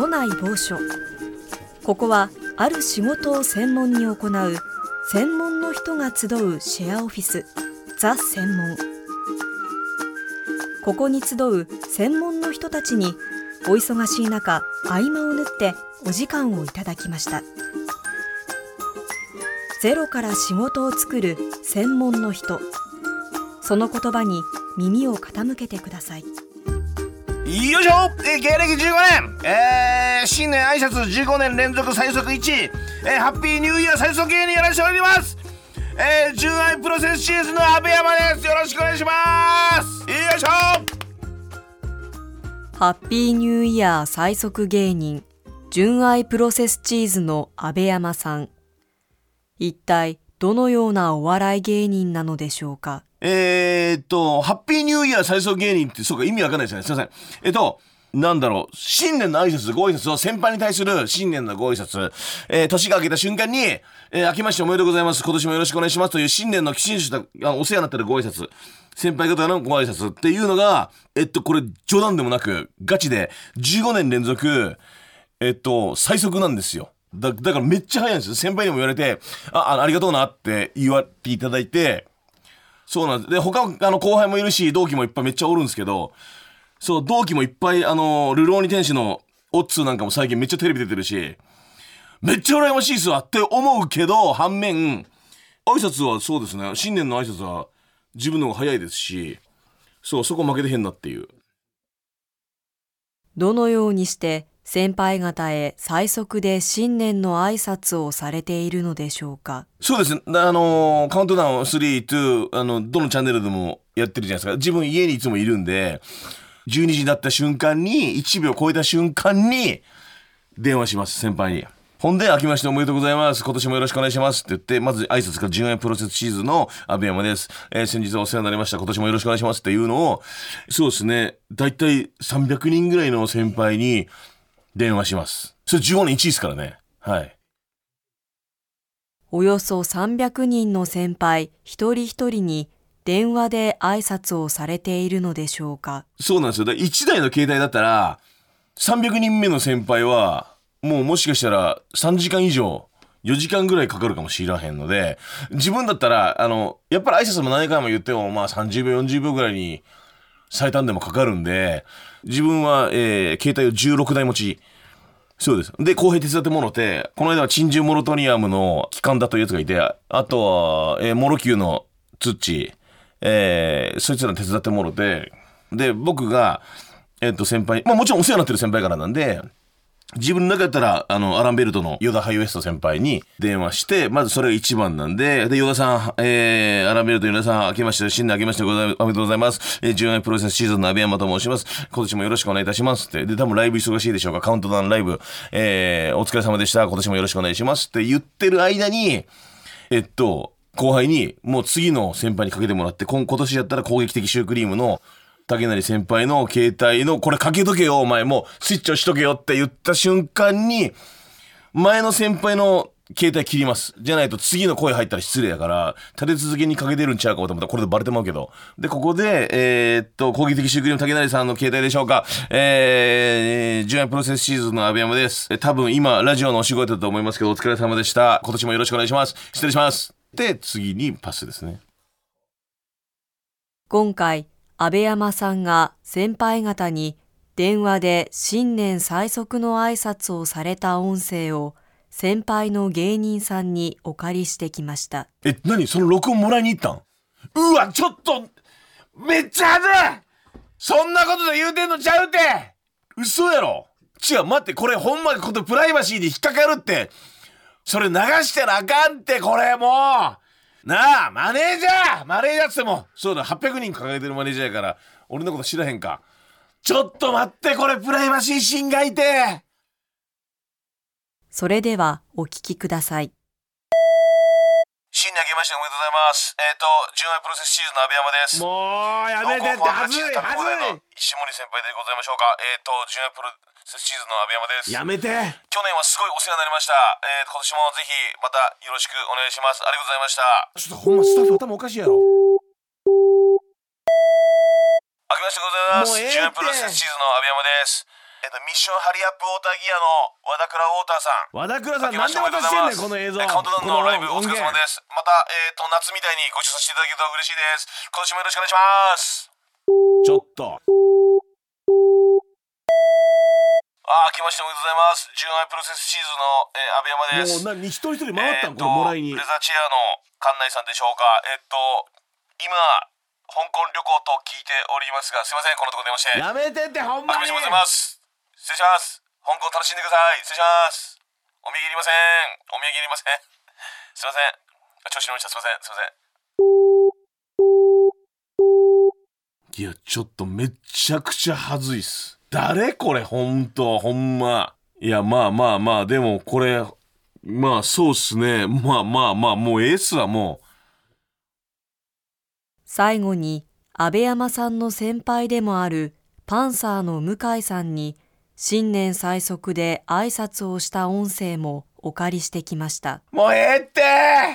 都内某所。ここはある仕事を専門に行う専門の人が集うシェアオフィス、ザ・専門。ここに集う専門の人たちにお忙しい中、合間を縫ってお時間をいただきました。ゼロから仕事を作る専門の人、その言葉に耳を傾けてください。 よいしょ、芸歴15年、新年挨拶15年連続最速1位、ハッピーニューイヤー最速芸人やらせております。純愛プロセスチーズの阿部山です。よろしくお願いします。よいしょ。 ハッピーニューイヤー最速芸人、純愛プロセスチーズの阿部山さん。一体どのようなお笑い芸人なのでしょうか。 ハッピーニューイヤー最速芸人って、そうか、意味わかんないですよね。すいません。なんだろう、新年の挨拶、ご挨拶を、先輩に対する新年のご挨拶、年が明けた瞬間に、明けましておめでとうございます、今年もよろしくお願いしますという新年のきちんとしたお世話になってるご挨拶、先輩方のご挨拶っていうのが、これ冗談でもなくガチで15年連続最速なんですよ。だからめっちゃ早いんですよ。先輩にも言われて、ありがとうなって言われていただいて、そうなんです。で、他後輩もいるし、同期もいっぱいめっちゃおるんですけど、そう、同期もいっぱい、ルローニ天使のオッツーなんかも最近めっちゃテレビ出てるし、めっちゃ羨ましいっすわって思うけど、反面、挨拶はそうですね、新年の挨拶は自分の方が早いですし、そう、そこ負けてへんなっていう。 どのようにして先輩方へ最速で新年の挨拶をされているのでしょうか。 そうですね、カウントダウン3、2、どのチャンネルでもやってるじゃないですか。自分家にいつもいるんで、12時になった瞬間に、1秒超えた瞬間に電話します、先輩に。ほんで、明けましておめでとうございます、今年もよろしくお願いしますって言って、まず挨拶から純愛プロセスチーズの阿部山です、先日はお世話になりました、今年もよろしくお願いしますっていうのを、そうですね、だいたい300人ぐらいの先輩に電話します。それ15年1位ですからね。はい。 およそ300人の先輩一人一人に電話で挨拶をされているのでしょうか。 そうなんですよ。だ1台の携帯だったら300人目の先輩はもしかしたら3時間以上4時間ぐらいかかるかもしらへんので、自分だったらやっぱり挨拶も何回も言っても30秒40秒ぐらいに最短でもかかるんで、自分は、携帯を16台持ち。そうです。で、後輩手伝ってもろて、この間は珍獣モロトニアムの機関だというやつがいて、あとは、モロキューのツッチ、そいつら手伝ってもろて、で、僕が、先輩、もちろんお世話になってる先輩からなんで、自分の中だったら、アランベルトのヨダハイウエスト先輩に電話して、まずそれが一番なんで、ヨダさん、アランベルトヨダさん、明けまして、新年明けましておめでとうございます。純愛プロセスシーズンの阿部山と申します。今年もよろしくお願いいたしますって。で、多分ライブ忙しいでしょうか。カウントダウンライブ、お疲れ様でした。今年もよろしくお願いしますって言ってる間に、後輩に、もう次の先輩にかけてもらって、今年やったら攻撃的シュークリームの、竹成先輩の携帯のこれかけとけよお前、もうスイッチをしとけよって言った瞬間に前の先輩の携帯切ります。じゃないと次の声入ったら失礼だから立て続けにかけてるんちゃうかと思ったらこれでバレてまうけど、でここで攻撃的シュークリーム竹成さんの携帯でしょうか。純愛プロセスシーズンの阿部山です。多分今ラジオのお仕事だと思いますけどお疲れ様でした。今年もよろしくお願いします。失礼します。で次にパスですね。 今回阿部山さんが先輩方に電話で新年最速の挨拶をされた音声を先輩の芸人さんにお借りしてきました。 何その録音もらいに行ったん？うわ、ちょっとめっちゃ恥ずい。そんなことで言うてんのちゃうて。嘘やろ。違う、待って、これほんまことプライバシーで引っかかるって。それ流したらあかんって、これもうなあ、マネージャーっつっても、そうだ、800人抱えてるマネージャーやから、俺のこと知らへんか。ちょっと待って、これプライバシー侵害て。 それではお聞きください。 新年明けましておめでとうございます。純愛プロセスシーズンの阿部山です。 もうやめてって、はずい石森先輩でございましょうか。純愛プロセスシーズンの阿部山です。 やめて。 去年はすごいお世話になりました。今年もぜひまたよろしくお願いします。ありがとうございました。 ちょっとほんまスタッフ頭おかしいやろ。 明けましてございます。純愛プロセスシーズンの阿部山です。 ミッションハリアップウォーターギアの和田倉ウォーターさん、 和田倉さんなんで渡してんねんこの映像。 カウントダウンのライブおこの疲れ様です。また、夏みたいにご一緒させていただけると嬉しいです。今年もよろしくお願いします。 ちょっと明けましておめでとうございます。純愛プロセスチーズの、阿部山です。 もう一人一人回ったん、これもらいに。 レザーチェアの館内さんでしょうか。今香港旅行と聞いておりますが、すいませんこのところ出まして。 やめてってほんまに。 明けましておめでとうございます。失礼します。香港楽しんでください。失礼します。お土産いりません。お土産いりません。すいません。調子乗りました。すいません。すいません。 いやちょっとめちゃくちゃはずいっす。誰これほんとほんま。いやまあでもこれまあそうっすね。まあもうエースはもう。 最後に安倍山さんの先輩でもあるパンサーの向井さんに新年最速で挨拶をした音声もお借りしてきました。 もうええって。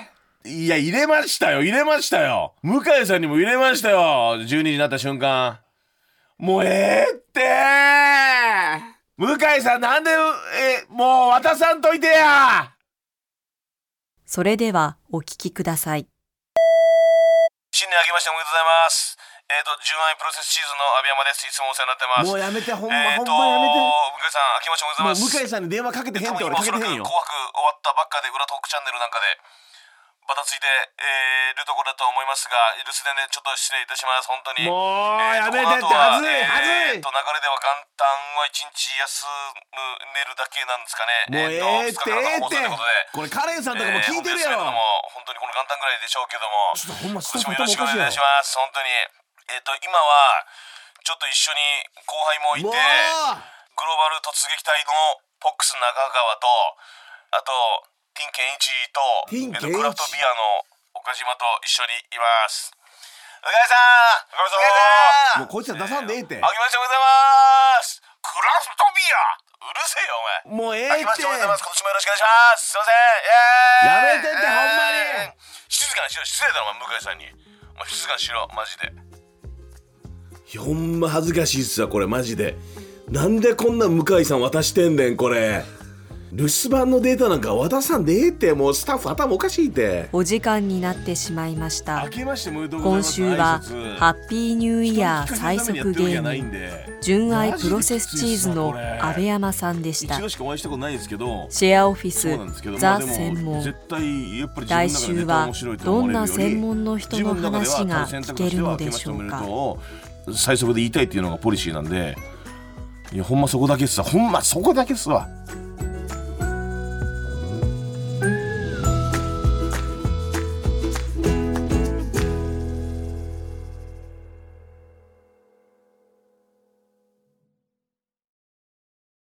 いや入れましたよ。向井さんにも入れましたよ。12時になった瞬間。もうええって。向井さんなんでもう渡さんといてや。 それではお聞きください。 新年明けましておめでとうございます。純愛プロセスチーズの阿部山です。いつもお世話になってます。 もうやめてほんまやめて。 向井さん明けましておめでとうございます。 もう向井さんに電話かけてへんって俺かけてへんよ。 紅白終わったばっかで裏トークチャンネルなんかでバタついてるところだと思いますが、留守電でちょっと失礼いたします。本当にもうやめてって。はずい流れでは元旦は一日休めるだけなんですかね。 もうええってこれカレンさんとかも聞いてるやろ。 本当にこの元旦ぐらいでしょうけども、 ちょっとほんまスタッ今年もフ頭おかしいよ。 よろしくお願いします。本当に今はちょっと一緒に後輩もいて、グローバル突撃隊のポックス中川と、あとティンケンイチとクラフトビアの岡島と一緒にいます。向井さんもうこいつは出さんでええって。 明けましておめでとうございます。クラフトビアうるせえよお前。 もうええって。 明けましておめでとうございます。今年もよろしくお願いします。すいません。 やめてってほんまに。 静かにしろ。失礼だろお前向井さんに。お前静かにしろマジで。 ほんま恥ずかしいっすわこれマジで。なんでこんな向井さん渡してんねんこれ。留守番のデータなんか渡さんでええって。もうスタッフ頭おかしいって。 お時間になってしまいました。今今週はハッピーニューイヤー最速芸人純愛プロセスチーズの阿部山さんでした。シェアオフィスザ専門。来週はどんな専門の人の話が聞けるのでしょうか。 最速で言いたいっていうのがポリシーなんで、いやほんまそこだけっすわ。ほんまそこだけっすわ。